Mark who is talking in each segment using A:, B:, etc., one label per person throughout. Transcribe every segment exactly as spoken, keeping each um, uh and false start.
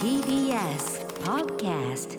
A: ティービーエス Podcast。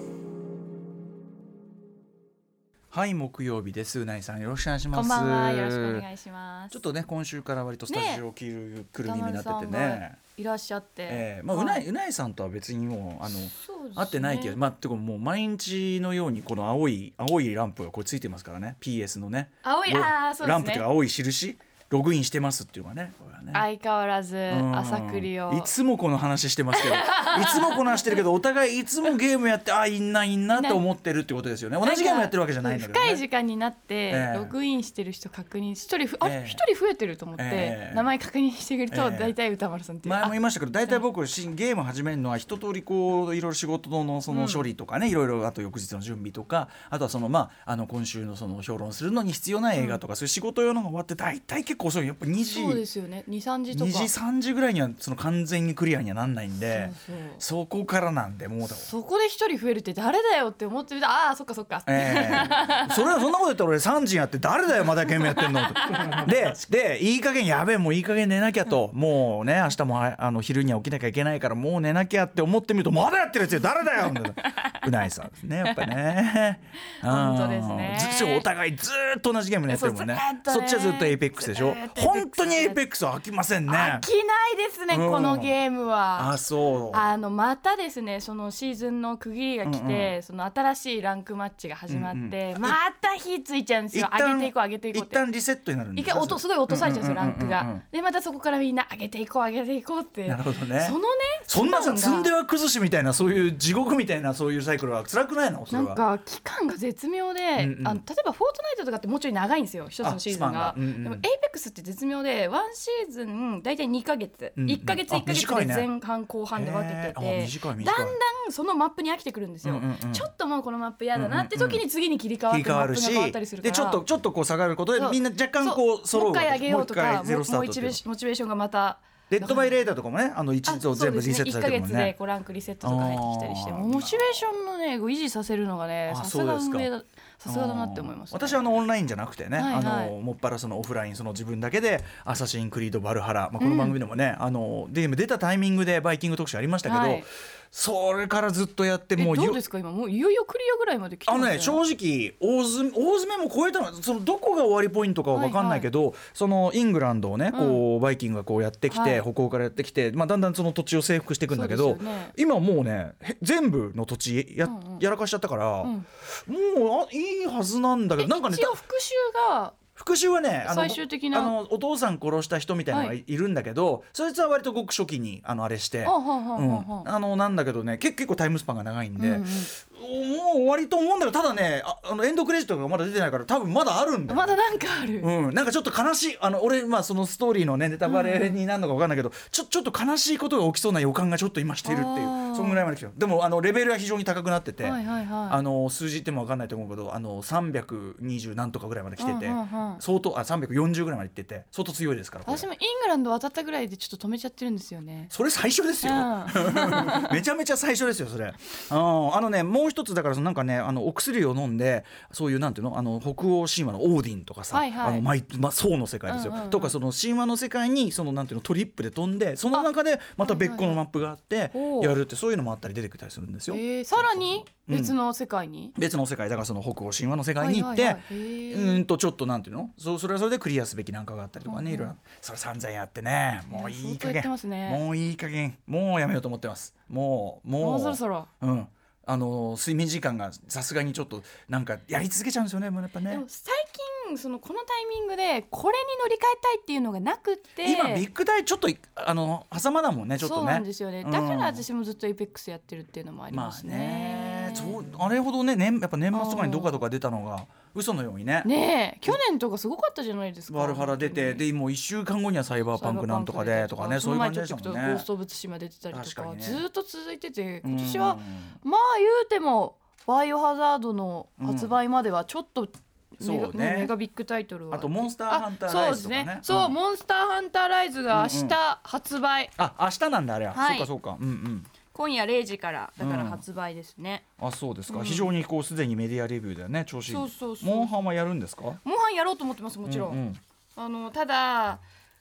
B: はい、木曜日です。うないさんよろしくお願いします。
C: こんばんは、よろしくお願いします。
B: ちょっとね、今週から割とスタジオを切る、ね、来る気味になっててね
C: いらっしゃって、
B: えーまあ、うない、うないさんとは別にもうあの
C: ね、
B: 会ってないけど、まあ、てかもう毎日のようにこの青い青いランプがこれついてますからね、 ピーエス のね
C: 青い、あー、そうですね、
B: ランプというか青い印ログインしてますっていうのがね、これはね
C: 相変わらず朝栗を
B: いつもこの話してますけどいつもこの話してるけどお互いいつもゲームやってあいんないんなと思ってるってことですよね。同じゲームやってるわけじゃないんだけどね。
C: 深い時間になって、
B: えー、
C: ログインしてる人確認一人あれ、
B: えー、
C: 一人増えてると思って、えー、名前確認してくると、えー、大体歌丸さんっていう、
B: 前も言いましたけど大体僕ゲーム始めるのは一通りこういろいろ仕事のその処理とかね、いろいろあと翌日の準備とかあとはそのまああの今週のその評論するのに必要な映画とか、うん、そういう仕事用のが終わって大体結構遅いやっぱにじ
C: そうですよね、に、さんじとか
B: にじさんじぐらいにはその完全にクリアにはなんないんで、そうそうそこからなんでもう
C: そこで一人増えるって誰だよって思ってみた。ああそっかそっか、
B: えー、それはそんなこと言ったら俺さんじやって誰だよまだゲームやってんのででいい加減やべえもういい加減寝なきゃと、もうね明日もあの昼には起きなきゃいけないからもう寝なきゃって思ってみるとまだやってるやつよ誰だようないさんですねやっぱね
C: 本当ですね。
B: ずお互いずっと同じゲームやってるもんね。 そ, そっちはずっとエイペックスでしょ。本当にエイペックスは飽きませんね。
C: 飽きないですね、うん、このゲームは。
B: あそう
C: あのまたですねそのシーズンの区切りが来て、うんうん、その新しいランクマッチが始まって、うんうん、また火ついちゃうんですよ。上げていこう上げていこうって
B: 一旦リセットになるんですか。
C: 一回音すごい落とされちゃうんですよ、ランクが。でまたそこからみんな上げていこう上げていこうって。
B: なるほどね。
C: そのね
B: そんなさ積んでは崩しみたいなそういう地獄みたいなそういうサイクルは辛くないの。それは
C: なんか期間が絶妙で、うんうん、あの例えばフォートナイトとかってもうちょい長いんですよ一つのシーズンが、うんうん、でもエイペックスって絶妙でワンシーズンだいたいにかげつ、うんうん、いっかげついっかげつで前半後半で分けてて、ね、だんだんそのマップに飽きてくるんですよ、うんうんうん、ちょっともうこのマップ嫌だなって時に次に切り替わってマップが変わったりするから、
B: でちょっとちょっとこう下がることでみんな若干こう揃う、
C: もう一回上げようとかもう一モチベーションがまた
B: デッドバイレーダーとかもねあの一度全部リセットされてるもんね。
C: いっかげつでこうランクリセットとか入ってきたりしてモチベーションのね維持させるのがねさすが運営ださすがだなって思います、ね、
B: 私はあのオンラインじゃなくてね、
C: はいはい、
B: あのもっぱらそのオフラインその自分だけでアサシンクリードバルハラ、まあ、この番組でもね、うん、あのゲーム出たタイミングでバイキング特集ありましたけど、はい、それからずっとやってもう
C: どうですか今もういよいよクリアぐらいまで来てますね。
B: あのね正直大詰め、大詰めも超えたのそのどこが終わりポイントかは分かんないけど、はいはい、そのイングランドをねこう、うん、バイキングがこうやってきて、はい、北欧からやってきて、まあ、だんだんその土地を征服していくんだけど、ね、今もうね全部の土地 や,、うんうん、やらかしちゃったから、うん、もうあいいはずなんだけどなんかね
C: 一応復讐が
B: 復讐はねあの
C: 最終的な
B: あのお父さん殺した人みたいなのがいるんだけど、はい、そいつは割とごく初期にあのあれして、うん、あのなんだけどね結構タイムスパンが長いんで、うんうん、もう終わりと思うんだけどただね あ, あのエンドクレジットがまだ出てないから多分まだあるんだよ、
C: まだなんかある、
B: うん、なんかちょっと悲しいあの俺、まあ、そのストーリーの、ね、ネタバレになるのか分かんないけど、うん、ちょ, ちょっと悲しいことが起きそうな予感がちょっと今しているっていうそんぐらいまで来てる。でもあのレベルは非常に高くなってて、はいはいはい、あの数字っても分かんないと思うけどあのさんびゃくにじゅう何とかぐらいまで来てて、うんうんうん、相当あさんびゃくよんじゅうぐらいまでいってて相当強いですから。
C: 私もイングランド渡ったぐらいでちょっと止めちゃってるんですよね。
B: それ最初ですよ、うん、めちゃめちゃ最初ですよそれ。あのねもう一つだからなんかねあのお薬を飲んでそういうなんていうのあの北欧神話のオーディンとかさ、はいはい、あのまま、宋の世界ですよ、うんうんうん、とかその神話の世界にそのなんていうのトリップで飛んでその中でまた別個のマップがあってやるってそういうのもあったり出てきたりするんですよ、
C: えー、さらに別の世界に、
B: うん、別の世界だからその北欧神話の世界に行って、はいはいはい、うんとちょっとなんていうの そ, それはそれでクリアすべきなんかがあったりとかね、うんうん、いろいろそれ散々やってねもういい加減、ね、もういい加減もうやめようと思ってます。もうもう
C: もうそろそろ
B: うんあの睡眠時間がさすがにちょっとなんかやり続けちゃうんですよね。もうやっぱね
C: でも最近そのこのタイミングでこれに乗り換えたいっていうのがなくって
B: 今ビッグタイちょっとあの狭間だもんねちょっとね。
C: そうなんですよね、うん、だから私もずっとエイペックスやってるっていうのもありますね、
B: まあ、ねそうあれほどね年やっぱ年末とかにどかどか出たのが嘘のようにね
C: ねえ去年とかすごかったじゃないですか。
B: バルハラ出てでもういっしゅうかんごにはサイバーパンクなんとかでとかねそういう感じでしたもんね。
C: ゴースト・オブ・ツシマ出てたりとか、
B: ね、
C: ずっと続いてて今年はまあ言うてもバイオハザードの発売まではちょっと、うんメガ, ね、メガビッグタイトルは
B: あとモンスターハンターライズとかね。
C: そうですね、そう、うん、モンスターハンターライズが明日発売、
B: うんうん、あ明日なんだあれは、はい、そうかそうか、うんうん、
C: 今夜れいじからだから発売ですね、
B: うん、あそうですか、うん、非常にこうすでにメディアレビューでね調子いい。
C: そうそうそう
B: モンハンはやるんですか。
C: モンハンやろうと思ってますもちろん、うんうん、あのただ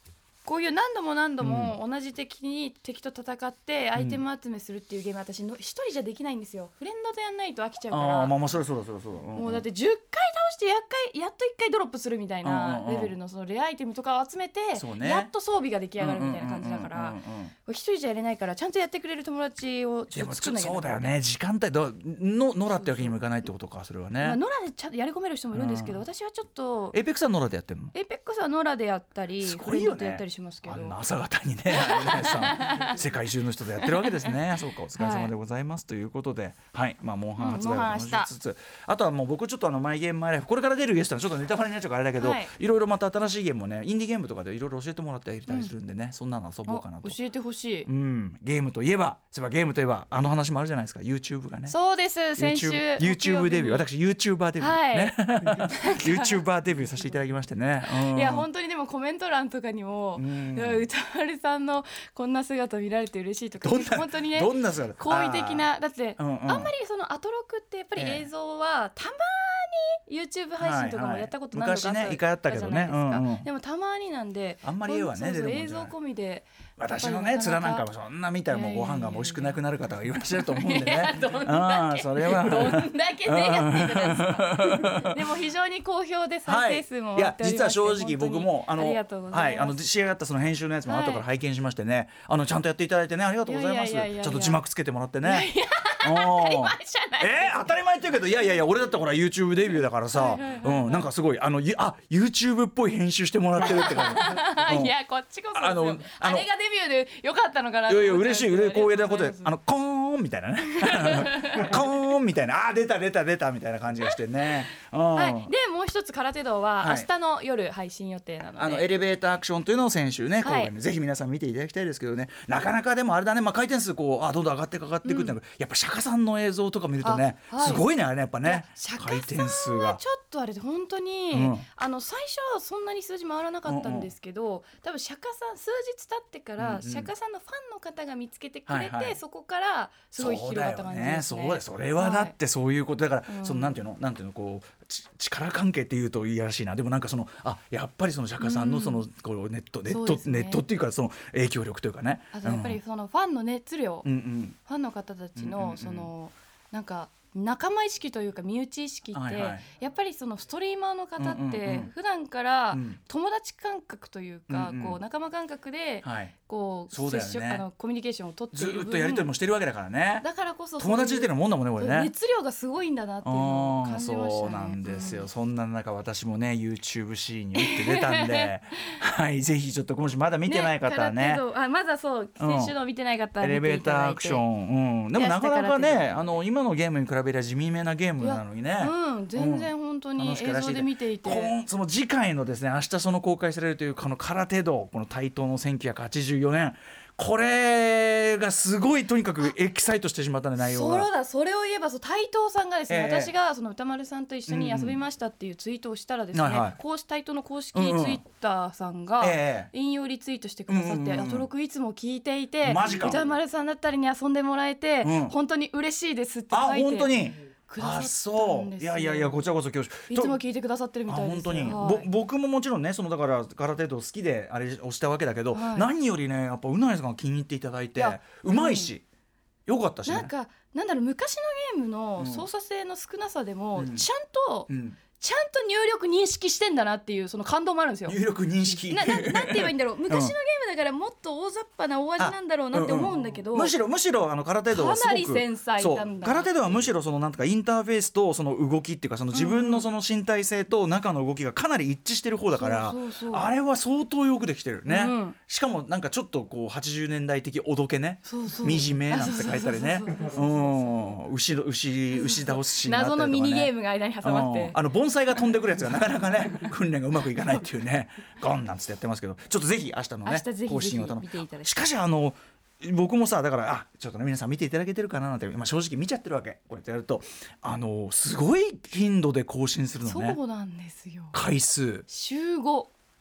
C: こういう何度も何度も同じ敵に敵と戦ってアイテム集めするっていうゲーム、私の一人じゃできないんですよ。フレンドとやんないと飽きちゃうから。
B: あまあまあそれそうだそうだそうだ、うんうん、
C: もうだってじゅっかい倒してやっかいやっといっかいドロップするみたいなレベルのそのレアアイテムとかを集めて、ね、やっと装備が出来上がるみたいな感じだから一人じゃやれないから、ちゃんとやってくれる友達をちょっと作んなきゃいけない。
B: そうだよね、時間帯どの野良ってわけにもいかないってことか、それはね。
C: まあ、野良でちゃんとやり込める人もいるんですけど、うん、私はちょっと
B: エイペックスは野良でやってるの？エ
C: イペックスは野良でやったり
B: すごいよね、
C: フレンドとやったりしますけど、
B: あんな朝方にねさん世界中の人とやってるわけですねそうか、お疲れ様でございます、はい、ということで、はい、まあ、モンハン発売を楽しみつつ、うん、あとはもう僕ちょっとあのマイゲームマイライフこれから出るゲストはちょっとネタバレになっちゃうからあれだけど、はい、いろいろまた新しいゲームもね、インディーゲームとかでいろいろ教えてもらっていたりするんでね、うん、そんなの遊ぼうかなと。
C: 教えてほしい、
B: うん、ゲームといえばそういえばゲームといえばあの話もあるじゃないですか、 YouTube がね。
C: そうです、先週
B: YouTube, YouTube デビュー、私 YouTuber デビュー、ね、はい、YouTuber デビューさせていただきましてね、うん、
C: いや本当にでもコメント欄とかにも、うん、歌丸さんのこんな姿見られて嬉しいとか、本当にね、
B: どんな姿、
C: 好意的な、だって、うんうん、あんまりそのアトロクってやっぱり映像はたまに YouTube 配信とかもやったこと何度かあったじゃないですか、
B: 昔ね一回あったけどね、うんうん、
C: でもたまになんで
B: あんまり絵はね、
C: そうそう映像込みで
B: 私のね面なんかもそんな見たらもうご飯が美味しくなくなる方がいらっしゃると思うんでね。
C: どんだけそれはどんだけネガティブですか。でも非常に好評で再生数も割っておりまして、はい、いや実は正直僕もあのはい、あの仕上がったその編集のやつも後から拝見しましてね、はい、あのちゃんとやっていただいてね、ありがとうございます。ちゃんと字幕つけてもらってね。いやいや当たり前じゃない。
B: えー、当たり前って言うけど、いやいやいや俺だったらほら YouTube デビューだからさ、はいはいはいはい、うん、なんかすごいあのあ YouTube っぽい編集してもらってるって感じ、うん、
C: いやこっちこそですよ。あのあれがデビューでよかったのかなと思って。
B: いやいや嬉しい、嬉しい、光栄なことで、あのコーンみたいなねコーンみたいな、あ出た出た出たみたいな感じがしてね、うん、
C: はい、でもう一つ空手道は明日の夜配信予定なので、はい、
B: あのエレベーターアクションというのを先週ね、
C: はい、
B: ぜひ皆さん見ていただきたいですけどね、なかなかでもあれだね、まあ、回転数こうあどんどん上がってかかっていくっていうのが、うん、やっぱ釈迦さんの映像とか見るとね、はい、すごいねあれね、やっぱね回転数が
C: ちょっとあれで本当に、うん、あの最初はそんなに数字回らなかったんですけど、うんうん、多分釈迦さん数日経ってから、うんうん、釈迦さんのファンの方が見つけてくれて、はいはい、そこからすごい広がった感じですね。
B: そうだよね、それはだってそういうことだから、はい、そのなんていうのなんていうのこう力関係っていうといやらしいな、でもなんかそのあやっぱりその釈迦さんのその、うん、こうネットネット、ね、ネットっていうかその影響力というかね、
C: あとやっぱりそのファンの熱量、
B: うんうん、
C: ファンの方たちのそのなんか仲間意識というか身内意識って、はいはい、やっぱりそのストリーマーの方って普段から友達感覚というか、うんうん、こう仲間感覚でこう、
B: そうだよね、
C: あのコミュニケーションを取っている分
B: ずっとやり取りもしてるわけだからね、
C: だからこそ
B: 友達っていうもんだもんねこれね、
C: 熱量がすごいんだなっていうのを感じましたね。
B: そうなんですよ、うん、そんな中私もね YouTube シーンに打って出たんではいぜひちょっと今週まだ見てない方はね、
C: ねあまだそう先週の見てない方は
B: 見ていただいて、エレベーターアクション、うん、でもなかなかねあの今のゲームに比べれば地味めなゲームなのにね、
C: うん、全然本当に映像で見ていて、
B: うん、その次回のですね明日その公開されるというこの空手道、この台東のせんきゅうひゃくはちじゅうよねん、これがすごいとにかくエキサイトしてしまったね内容が。
C: そうだ、それを言えばそう台東さんがですね、えー、私がその歌丸さんと一緒に遊びましたっていうツイートをしたらですね、うんはい、こうし台東の公式ツイッターさんが引用リツイートしてくださって、アトロクいつも聞いていて歌丸さんだったりに遊んでもらえて、うん、本当に嬉しいですって書いて、
B: あ本当に
C: くださったんですよ。
B: あそういやいやいやこちらこそ今日
C: いつも聞いてくださってるみたいです。
B: 本当に、はい、僕ももちろんねそのだから空手道好きであれをしたわけだけど、はい、何よりねやっぱうなえさんが気に入っていただいてうまいし、うん、よかったしね。
C: なんかなんだろう昔のゲームの操作性の少なさでも、うん、ちゃんと、うんちゃんと入力認識してんだなっていうその感動もあるんですよ。
B: 入力認識
C: な, な, なんて言えばいいんだろう昔のゲームだからもっと大雑把な大味なんだろうなって思うんだけど、
B: うんうん、むしろむしろあの空手道はすごく
C: かなり繊細なんだ。
B: 空手道はむしろそのなんとかインターフェースとその動きっていうかその自分のその身体性と中の動きがかなり一致してる方だから、
C: そうそうそう
B: あれは相当よくできてるね、
C: うん、
B: しかもなんかちょっとこうはちじゅうねんだい的おどけね、
C: そうそう
B: 惨めなんて書いたりね、牛牛牛倒すシーンがあったりとかね、
C: 謎のミニゲームが間に挟まって、
B: あの盆栽が飛んでくるやつがなかなかね訓練がうまくいかないっていうねゴンなんつってやってますけど、ちょっとぜひ明日のね更新を頼む。しかしあの僕もさだからあちょっとね皆さん見ていただけてるかななんて、まあ、正直見ちゃってるわけ。こうやってやるとあのすごい頻度で更新するのね。
C: そうなんですよ。
B: 回数
C: 週ご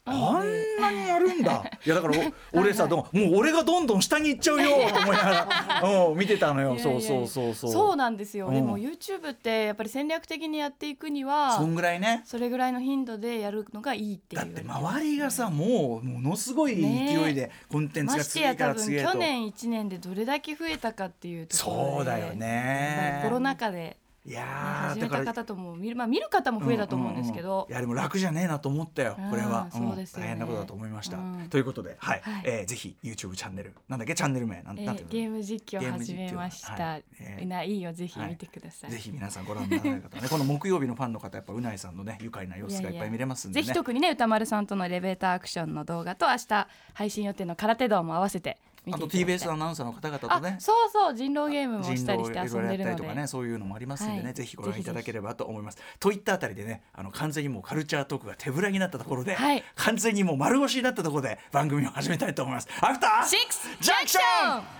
B: あんなにやるんだいやだから俺さ、はいはい、もう俺がどんどん下に行っちゃうよと思いながらうん見てたのよ。いやいやいやそうそうそうそう
C: そうなんですよ、うん、でも YouTube ってやっぱり戦略的にやっていくには
B: そんぐらいね
C: それぐらいの頻度でやるのがいいっていう。
B: だって周りがさもうものすごい勢いでコンテンツが次から次へと、
C: ましてや多分去年いちねんでどれだけ増えたかっていうところで
B: そうだよね
C: コロナ禍で
B: いや、ね、
C: 始めた方とも見る、まあ、見る方も増えたと思うんですけど、うんうんうん、
B: いやでも楽じゃねえなと思ったよこれは、
C: うんそうですよね、
B: 大変なことだと思いました、うん、ということで、はいはいえー、ぜひ YouTube チャンネルなんだっけチャンネル名なん、えー、なんていうの
C: ゲーム実況始めました、はいえー、うないいよぜひ見てください、
B: はい、ぜひ皆さんご覧にならない方はねこの木曜日のファンの方やっぱうないさんのね愉快な様子がいっぱい見れますんで、ね、
C: いやいやぜひ特にね歌丸さんとのエレベーターアクションの動画と明日配信予定の空手道も合わせて
B: あと ティービーエス アナウンサーの方々とね
C: そうそう人狼ゲームもしたりして遊んでるので
B: とかねそういうのもありますんでね、はい、ぜひご覧いただければと思います。といったあたりでねあの完全にもうカルチャートークが手ぶらになったところで、はい、完全にもう丸腰になったところで番組を始めたいと思います。アフター
C: シックスジャンクション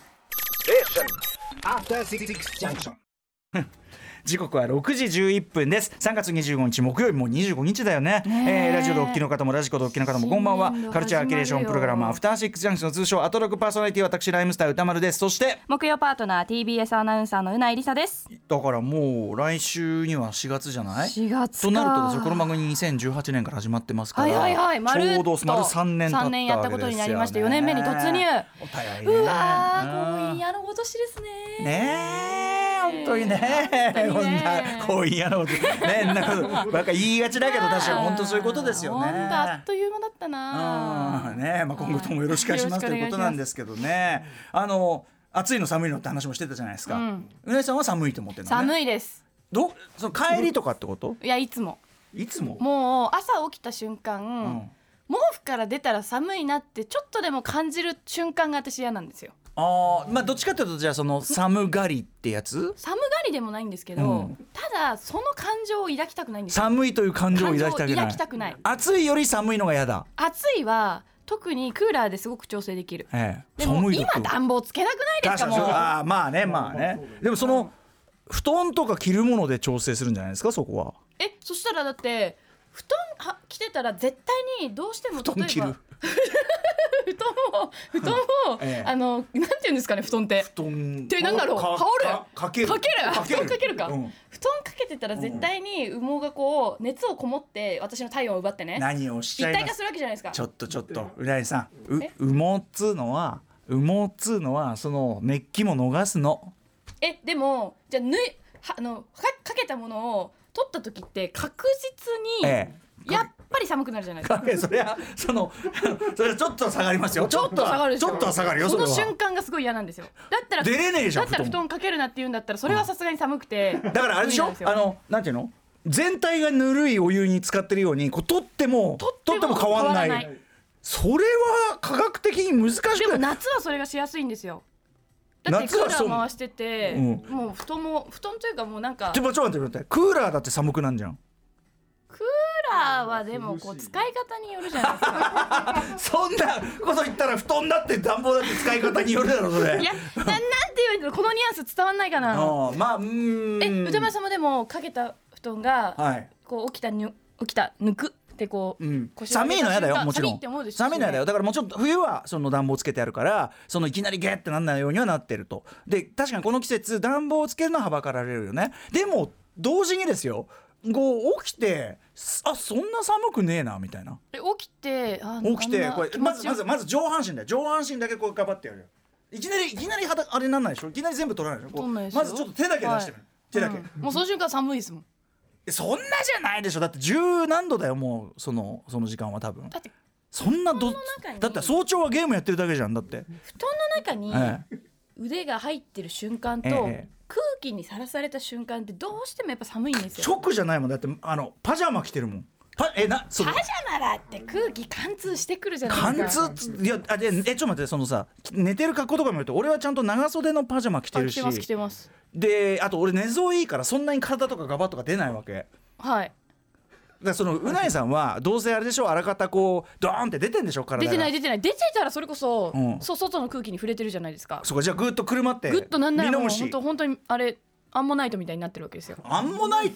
B: アフターシックスジャンクション時刻はろくじじゅういっぷんです。さんがつにじゅうごにち木曜日もうにじゅうごにちだよ ね, ね、えー、ラジオでお聞きの方もラジコでお聞きの方もこんばんは。カルチャーキュレーションプログラムアフターシックスジャンクションの通称アトロクパーソナリティ私ライムスター歌丸です。そして
C: 木曜パートナー ティービーエス アナウンサーのうないりさです。
B: だからもう来週にはしがつじゃない
C: しがつか
B: となるとですよこの番組にせんじゅうはちねんから始まってますから、
C: はいはいはい、
B: ちょうど丸さんねん経ったわけですよね。
C: さんねんやったことになりましてよねんめに突入。
B: お早いね。
C: うわー今夜の今年ですね。
B: ねえ本当にねこんなこう嫌なことねなんかなんか言いがちだけど確かに本当そういうことですよね。
C: 本当あっという間だったな、
B: うんねまあ、今後ともよろしくお願いしますということなんですけどね。あの暑いの寒いのって話もしてたじゃないですか、うん、うなぎさんは寒いと思ってるのね。
C: 寒いです。
B: どその帰りとかってこと？
C: いやいつも
B: いつも
C: もう朝起きた瞬間、うん、毛布から出たら寒いなってちょっとでも感じる瞬間が私嫌なんですよ。
B: あまあどっちかというとじゃあその寒がりってやつ
C: 寒がりでもないんですけど、うん、ただその感情を抱きたくないんですよ。
B: 寒いという感情を抱きたくない。
C: 抱きたくない。
B: 暑いより寒いのが嫌だ。
C: 暑いは特にクーラーですごく調整できる、
B: ええ、
C: でも今暖房つけなくないですか。もう
B: あまあねまあねでもその布団とか着るもので調整するんじゃないですかそこは。
C: えそしたらだって布団は着てたら絶対にどうしても例えば
B: 布団着る
C: 布団を布団を、ええ、あのなんていうんですかね布団って
B: 布団
C: ってなんだろう羽織る
B: かける
C: かける
B: かける
C: 布団かけるか、うん、布団かけてたら絶対に羽毛がこう熱をこもって私の体温を奪ってね
B: 何をおっしゃいます。
C: 一体化するわけじゃないですか。
B: ちょっとちょっとうらいさんう羽毛っつうのは羽毛っつうのはその熱気も逃すの。
C: えでもじゃあぬいはあの か, かけたものを取った時って確実に、ええ、やっぱり寒くなるじゃないですか。
B: それはそのそれはちょっと下がりますよ。
C: ちょっと下がるでしょ。
B: ちょっとは下がるよ。
C: その瞬間がすごい嫌なんですよ。だったら
B: 出れねえじゃん。
C: だったら布団かけるなって言うんだったらそれはさすがに寒くて、
B: うん、だからあれでしょあのなんていうの全体がぬるいお湯に使ってるようにこう取っても取っても変わんない。変わらない。それは科学的に難しくない。
C: でも夏はそれがしやすいんですよ。だってクーラー回してて、うん、もう布団も布団というかもうなんか
B: ちょっと待って待ってクーラーだって寒くなんじゃん。
C: クーラーはでもこう使い方によるじゃないですか
B: そんなこと言ったら布団だって暖房だって使い方によるだろそれ。
C: いや な, なんて言うんだろうこのニュアンス伝わんないかな。
B: あまあうーん
C: え歌丸さんもでもかけた布団が、はい、こう起きたに起きた抜くってこう、うん、
B: 寒いの嫌だよもちろん。寒いの嫌だよ。だからもうちょっと冬はその暖房つけてあるからそのいきなりゲーってなんないようにはなってると。で確かにこの季節暖房をつけるのははばかられるよね。でも同時にですよこう起きてあそんな寒くねえなみたいな。
C: え起きてあ
B: 起きてこれまずまずまず上半身だよ。上半身だけこう頑張ってやるよ。いきなりいきなりあれなんないでしょ。いきなり全部取らないでしょ。まずちょっと手だけ出してみる、はい、手だけ、
C: うん、もうその瞬間寒いですもん。
B: そんなじゃないでしょ。だって十何度だよもうそのその時間は多分。だってそんなどだって早朝はゲームやってるだけじゃんだって。
C: 布団の中に腕が入ってる瞬間と、ええ、空気にさらされた瞬間ってどうしてもやっぱ寒いんですよ。
B: 直じゃないもんだってあのパジャマ着てるもん。パ, えな
C: パジャマだって空気貫通してくるじゃないですか。貫通
B: いやあでえちょっと待ってそのさ寝てる格好とか見ると俺はちゃんと長袖のパジャマ着てるし。
C: 着てます着てます。
B: であと俺寝相いいからそんなに体とかガバッとか出ないわけ。
C: はい。
B: だからそのうないさんはどうせあれでしょあらかたこうドーンって出てんでしょ体が。
C: 出てない出てない出てたらそれこそ、うん、そう外の空気に触れてるじゃないですか。
B: そうかじゃあグッと車って
C: グッとなんならもう本当本当にあれアンモナイトみたいになってるわけですよ。
B: アンモナイト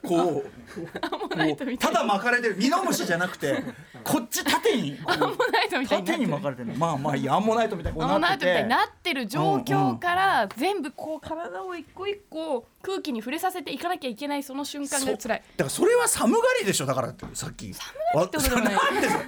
B: こうただ巻かれてるミノムシじゃなくてこっち縦に
C: アンモナイトみたいに
B: 縦に巻かれてるまあまあいいアンモナイトみたいにこうなってて
C: アンモナイトみたいになってる状況から全部こう体を一個一個空気に触れさせていかなきゃいけないその瞬間が辛い。
B: だからそれは寒がりでしょ。だからってさっき
C: 寒がりってことじゃない
B: なんで寒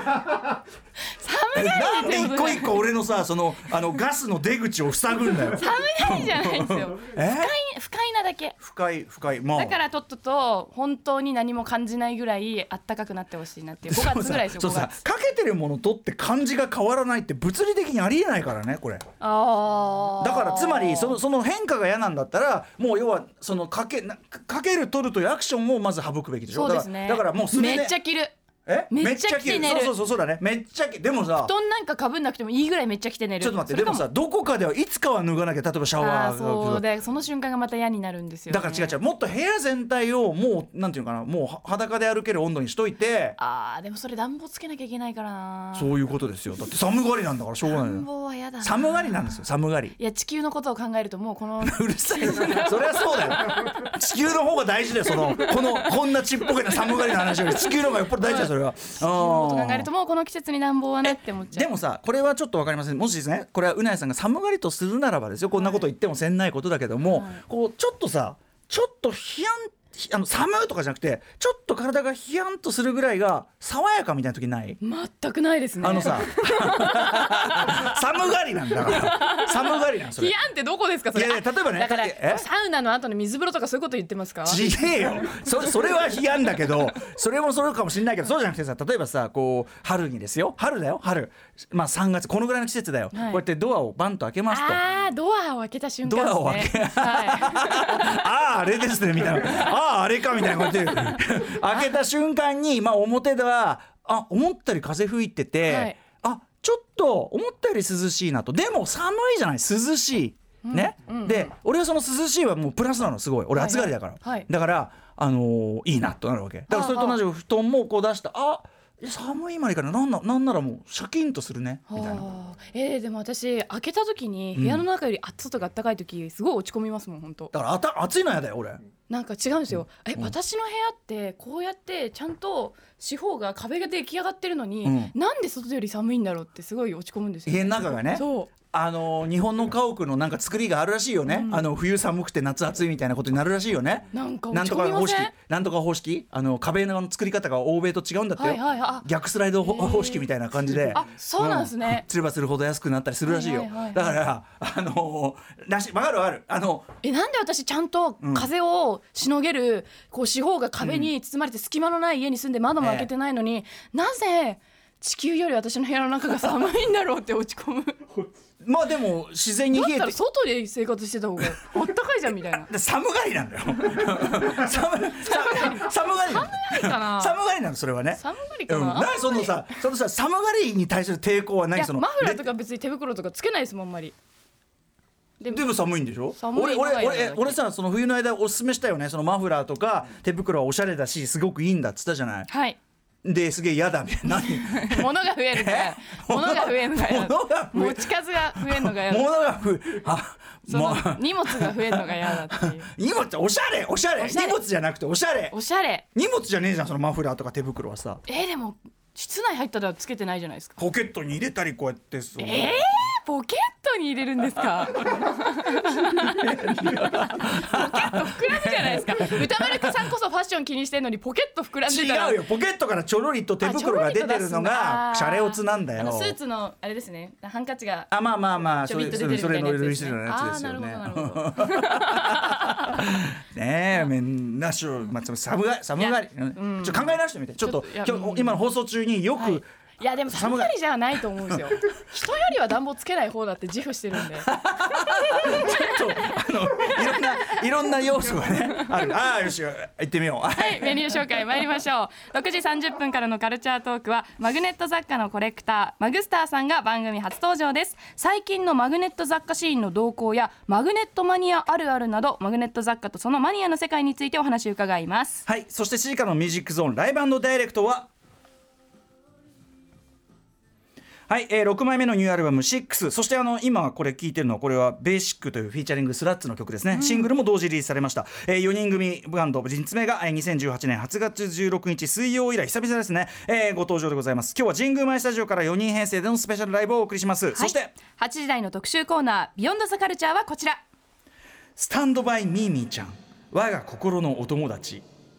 B: がりって一個一個俺のさそのあのガスの出口を塞ぐんだよ。
C: 寒がりじゃないんですよ不快、不快なだけ
B: 不快不快、まあ、
C: だからとっとと本当に何も感じないぐらいあったかくなってほしいなっていうごがつぐらいですよ。
B: そうさかけてるものとって感じが変わらないって物理的にありえないからねこれ。
C: あ
B: だからつまりその、その変化が嫌なんだったらもう要はそのかけ、かける取るというアクションをまず省くべきでしょ。
C: そうですね。
B: だから、だからもうすね
C: めっちゃ着る
B: え
C: めっちゃ着て寝る。
B: そうそうそうそうだね。めっちゃ着でもさ
C: 布団なんかかぶんなくてもいいぐらいめっちゃ着て寝る。
B: ちょっと待ってでもさどこかではいつかは脱がなきゃ例えばシャワーが
C: そうでその瞬間がまた嫌になるんですよ、ね、
B: だから違う違うもっと部屋全体をもうなんていうかなもう裸で歩ける温度にしといて。
C: あーでもそれ暖房つけなきゃいけないからな。
B: そういうことですよ。だって寒がりなんだからしょうがない。
C: 暖房は嫌だな。
B: 寒がりなんですよ寒がり。
C: いや地球のことを考えるともうこの
B: うるさいそれはそうだよ地球の方が大事だよ。そのこのこんなちっぽけな寒がりの話より地球の方がよっぽど大事だよそれは。あ
C: こと考えるともうこの季節に暖房はねって思っちゃう。
B: でもさこれはちょっと分かりません。もしですねこれはうなやさんが寒がりとするならばですよこんなこと言ってもせんないことだけども、はい、こうちょっとさちょっとヒヤンあの寒いとかじゃなくてちょっと体がヒヤンとするぐらいが爽やかみたいな時ない？
C: 全くないですね。
B: あのさ寒がりなんだから寒がりなんそれ。
C: ヒヤンってどこですかそれ。
B: いやいや例えばね
C: だからサウナの後の水風呂とかそういうこと言ってますか？
B: ちげえよ そ, それはヒヤンだけどそれもそれかもしれないけどそうじゃなくてさ例えばさこう春にですよ春だよ春まあさんがつこのぐらいの季節だよ、はい、こうやってドアをバンと開けますと
C: あードアを開けた瞬間ですね。
B: ドアを開け、はい、あああれですねみたいなあああれかみたいなこと開けた瞬間にまあ表ではあ思ったより風吹いてて、はい、あちょっと思ったより涼しいなと。でも寒いじゃない涼しいね、うんうんうん、で俺はその涼しいはもうプラスなのすごい俺暑がりだから、はいはい、だからあのー、いいなとなるわけだからそれと同じく布団もこう出したあ寒いまでからなんな、なんならもうシャキンとするねみたいな。
C: えー、でも私開けた時に部屋の中より外が暖かい時すごい落ち込みますもん本当。
B: だからあた暑いのやだよ俺。
C: なんか違うんですよ、うん、え、
B: うん、
C: 私の部屋ってこうやってちゃんと四方が壁が出来上がってるのに、うん、なんで外より寒いんだろうってすごい落ち込むんですよ、ね、
B: 家の中がね。そうあの日本の家屋のなんか作りがあるらしいよね、うん、あの冬寒くて夏暑いみたいなことになるらしいよね。
C: なんか落ち込みません？
B: なんとか方式あの壁の作り方が欧米と違うんだってよ、はいはい、逆スライド方式みたいな感じで
C: あそうなんですね、
B: うん、釣れば釣るほど安くなったりするらしいよ、はいはいはいはい、だからあのらしい分かる分かるあの
C: えなんで私ちゃんと風をしのげる、うん、こう四方が壁に包まれて隙間のない家に住んで窓も開けてないのに、えー、なぜ地球より私の部屋の中が寒いんだろうって落ち込む
B: まあでも自然に冷えて
C: だったら外で生活してた方があったかいじゃんみたいな
B: 寒がりなんだよ寒がり寒がり
C: 寒がりかな
B: 寒がりなのそれはね。
C: 寒がりかな、
B: うん、何そのさそのさ寒がりに対する抵抗は何その
C: マフラーとか別に手袋とかつけないですもんあんまり。
B: で も, でも寒いんでしょ。
C: 寒い
B: 俺俺俺俺さその冬の間おすすめしたよねそのマフラーとか手袋はおしゃれだしすごくいいんだっつったじゃない。はいですげえ嫌だみたいな
C: 物が増えるから物が増えるのが嫌だ持ち数が増えるのが嫌だ
B: 物が増えあ
C: その荷物が増えるのが嫌だっていう
B: 荷物おしゃれおしゃれ荷物じゃなくておしゃれ
C: おしゃれ
B: 荷物じゃねえじゃんそのマフラーとか手袋はさ。
C: えー、でも室内入ったらつけてないじゃないですか。
B: ポケットに入れたりこうやってそう
C: えーポケットに入れるんですかポケット膨らむじゃないですか。歌丸さんこそファッション気にしてんのにポケット膨らんでたら
B: 違うよポケットからちょろりと手袋が出てるのがシャレオツなんだよ。
C: あのスーツのあれですねハンカチが
B: あまあまあまあ
C: ちょびっと出てるみたいなやつですね。
B: それのやつですよね。
C: あなるほどなるほど
B: ねえめんなしょ、まあ、寒がり寒がり、うん、ちょ考え直してみてちょっと今日今の放送中によく、はい
C: いやでも寒がりじゃないと思うんですよ人よりは暖房つけない方だって自負してるんでちょっと
B: あのいろんないろんな要素がねある。ああよし行ってみよう
C: はいメニュー紹介参りましょう。ろくじさんじゅっぷんからのカルチャートークはマグネット雑貨のコレクターマグスターさんが番組初登場です。最近のマグネット雑貨シーンの動向やマグネットマニアあるあるなどマグネット雑貨とそのマニアの世界についてお話を伺います。
B: はいそしてしちじからのミュージックゾーンライブ&ダイレクトははい、えー、ろくまいめのニューアルバムシックス、そしてあの今これ聴いてるのはこれはベーシックというフィーチャリングスラッツの曲ですね、うん、シングルも同時リリースされました、えー、よにん組バンド実名が、えー、にせんじゅうはちねんはちがつじゅうろくにち水曜以来久々ですね、えー、ご登場でございます。今日は神宮前スタジオからよにん編成でのスペシャルライブをお送りします、はい、そして
C: はちじ台の特集コーナービヨンドザカルチャーはこちら、
B: スタンドバイミーミーちゃん我が心のお友達。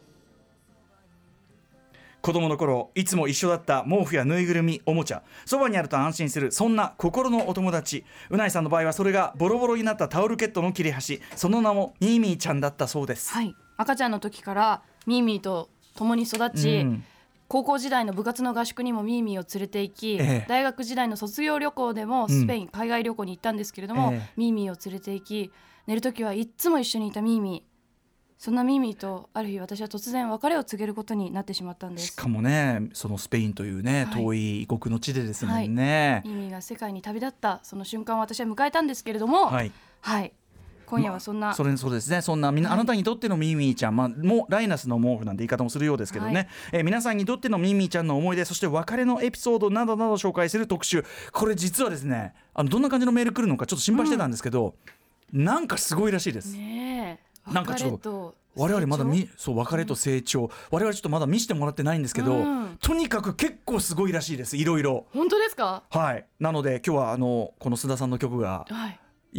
B: 子供の頃いつも一緒だった毛布やぬいぐるみおもちゃ、そばにあると安心するそんな心のお友達。うないさんの場合はそれがボロボロになったタオルケットの切れ端、その名もミーミーちゃんだったそうです、
C: はい、赤ちゃんの時からミーミーと共に育ち、うん、高校時代の部活の合宿にもミーミーを連れて行き、ええ、大学時代の卒業旅行でもスペイン、うん、海外旅行に行ったんですけれども、ええ、ミーミーを連れて行き、寝る時はいつも一緒にいたミーミー。そんなミーミーとある日私は突然別れを告げることになってしまったんです。
B: しかもねそのスペインというね、はい、遠い異国の地でですもんね、
C: はい、ミーミーが世界に旅立ったその瞬間を私は迎えたんですけれども、はい、はい、今夜はそんな、
B: まあ、それそうですね、そんなみな、はい、あなたにとってのミーミーちゃん、まあ、もライナスの毛布なんて言い方もするようですけどね、はい、えー、皆さんにとってのミーミーちゃんの思い出、そして別れのエピソードなどなど紹介する特集。これ実はですね、あのどんな感じのメール来るのかちょっと心配してたんですけど、うん、なんかすごいらしいです、
C: ね、
B: なんかちょっと我々まだみそう別れと成長、うん、我々ちょっとまだ見せてもらってないんですけど、うん、とにかく結構すごいらしいです。いろいろ。
C: 本当ですか？
B: はい。なので今日はあのこの須田さんの曲が、はい、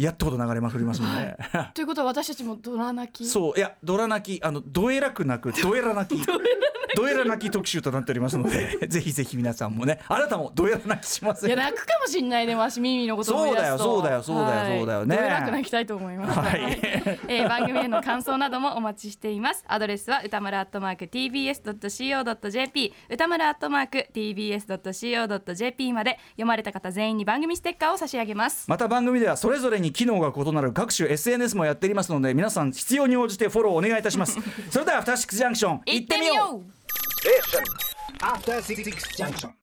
B: やっとほど流れまくりますので、
C: はい、ということは私たちもドラ泣き。
B: そういやドラ泣き、あのドエラくなくドエラ泣きドエラ泣き特集となっておりますのでぜひぜひ皆さんもね、あなたもドエラ泣きしますよ。
C: いや泣くかもしんないね、わしミミのことを思い出すと。
B: そうだよそうだよそうだよ、はい、そうだよね。
C: ドエラく泣きたいと思います、はい、えー、番組への感想などもお待ちしています。アドレスは歌丸アットマーク ティービーエスドットシーオードットジェーピー 歌丸アットマーク ティービーエスドットシーオードットジェーピー まで。読まれた方全員に番組ステッカーを差し上げます。
B: また番組ではそれぞれに機能が異なる各種 エスエヌエス もやっておりますので、皆さん必要に応じてフォローお願いいたしますそれではアフターシックスジャンクション
C: 行ってみよう。
B: After Six Junction